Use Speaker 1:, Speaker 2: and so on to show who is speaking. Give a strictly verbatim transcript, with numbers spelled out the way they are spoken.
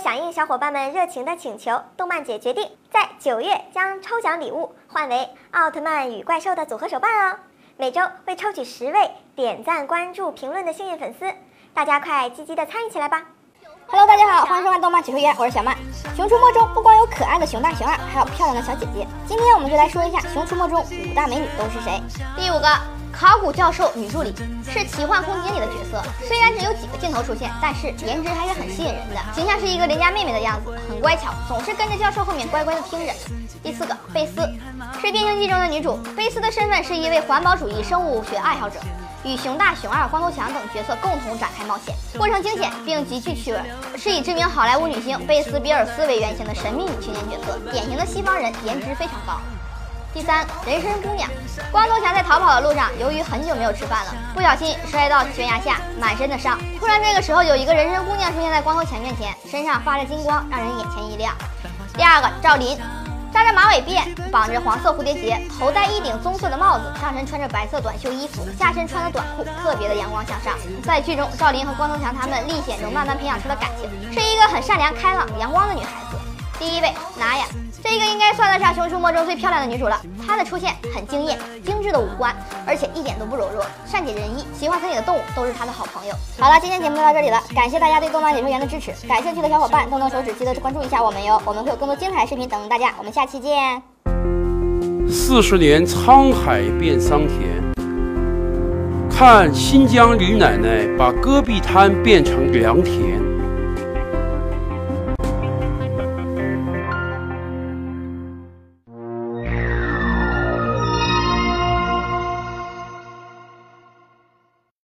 Speaker 1: 响应小伙伴们热情的请求，动漫姐决定在九月将抽奖礼物换为奥特曼与怪兽的组合手办哦。每周会抽取十位点赞、关注、评论的幸运粉丝，大家快积极的参与起来吧！
Speaker 2: Hello， 大家好，欢迎收看动漫解说员，我是小曼。熊出没中不光有可爱的熊大、熊二，还有漂亮的小姐姐。今天我们就来说一下熊出没中五大美女都是谁。第五个，考古教授女助理，是奇幻空间里的角色，虽然只有几个镜头出现，但是颜值还是很吸引人的，形象是一个邻家妹妹的样子，很乖巧，总是跟着教授后面乖乖的听着。第四个，贝斯，是变形记中的女主，贝斯的身份是一位环保主义生物学爱好者。 与熊大、熊二、光头强等角色共同展开冒险，过程惊险并极具趣味，是以知名好莱坞女星贝斯比尔斯为原型的神秘女青年角色，典型的西方人，颜值非常高。第三，人参姑娘，光头强在逃跑的路上，由于很久没有吃饭了，不小心摔到悬崖下，满身的伤。突然这个时候有一个人参姑娘出现在光头强面前，身上发着金光，让人眼前一亮。第二个，赵琳。 扎着马尾辫，绑着黄色蝴蝶结，头戴一顶棕色的帽子，上身穿着白色短袖衣服，下身穿的短裤，特别的阳光向上。在剧中，赵琳和光头强他们历险中慢慢培养出了感情，是一个很善良、开朗、阳光的女孩子。第一位，娜雅，这一个应该算得上《熊出没》中最漂亮的女主了。她的出现很惊艳，精致的五官，而且一点都不柔弱，善解人意，喜欢森林的动物都是她的好朋友。好了，今天节目就到这里了，感谢大家对动漫解说员的支持，感兴趣的小伙伴动动手指，记得关注一下我们哟，我们会有更多精彩视频等着大家，我们下期见。
Speaker 3: 四十年沧海变桑田，看新疆李奶奶把戈壁滩变成良田。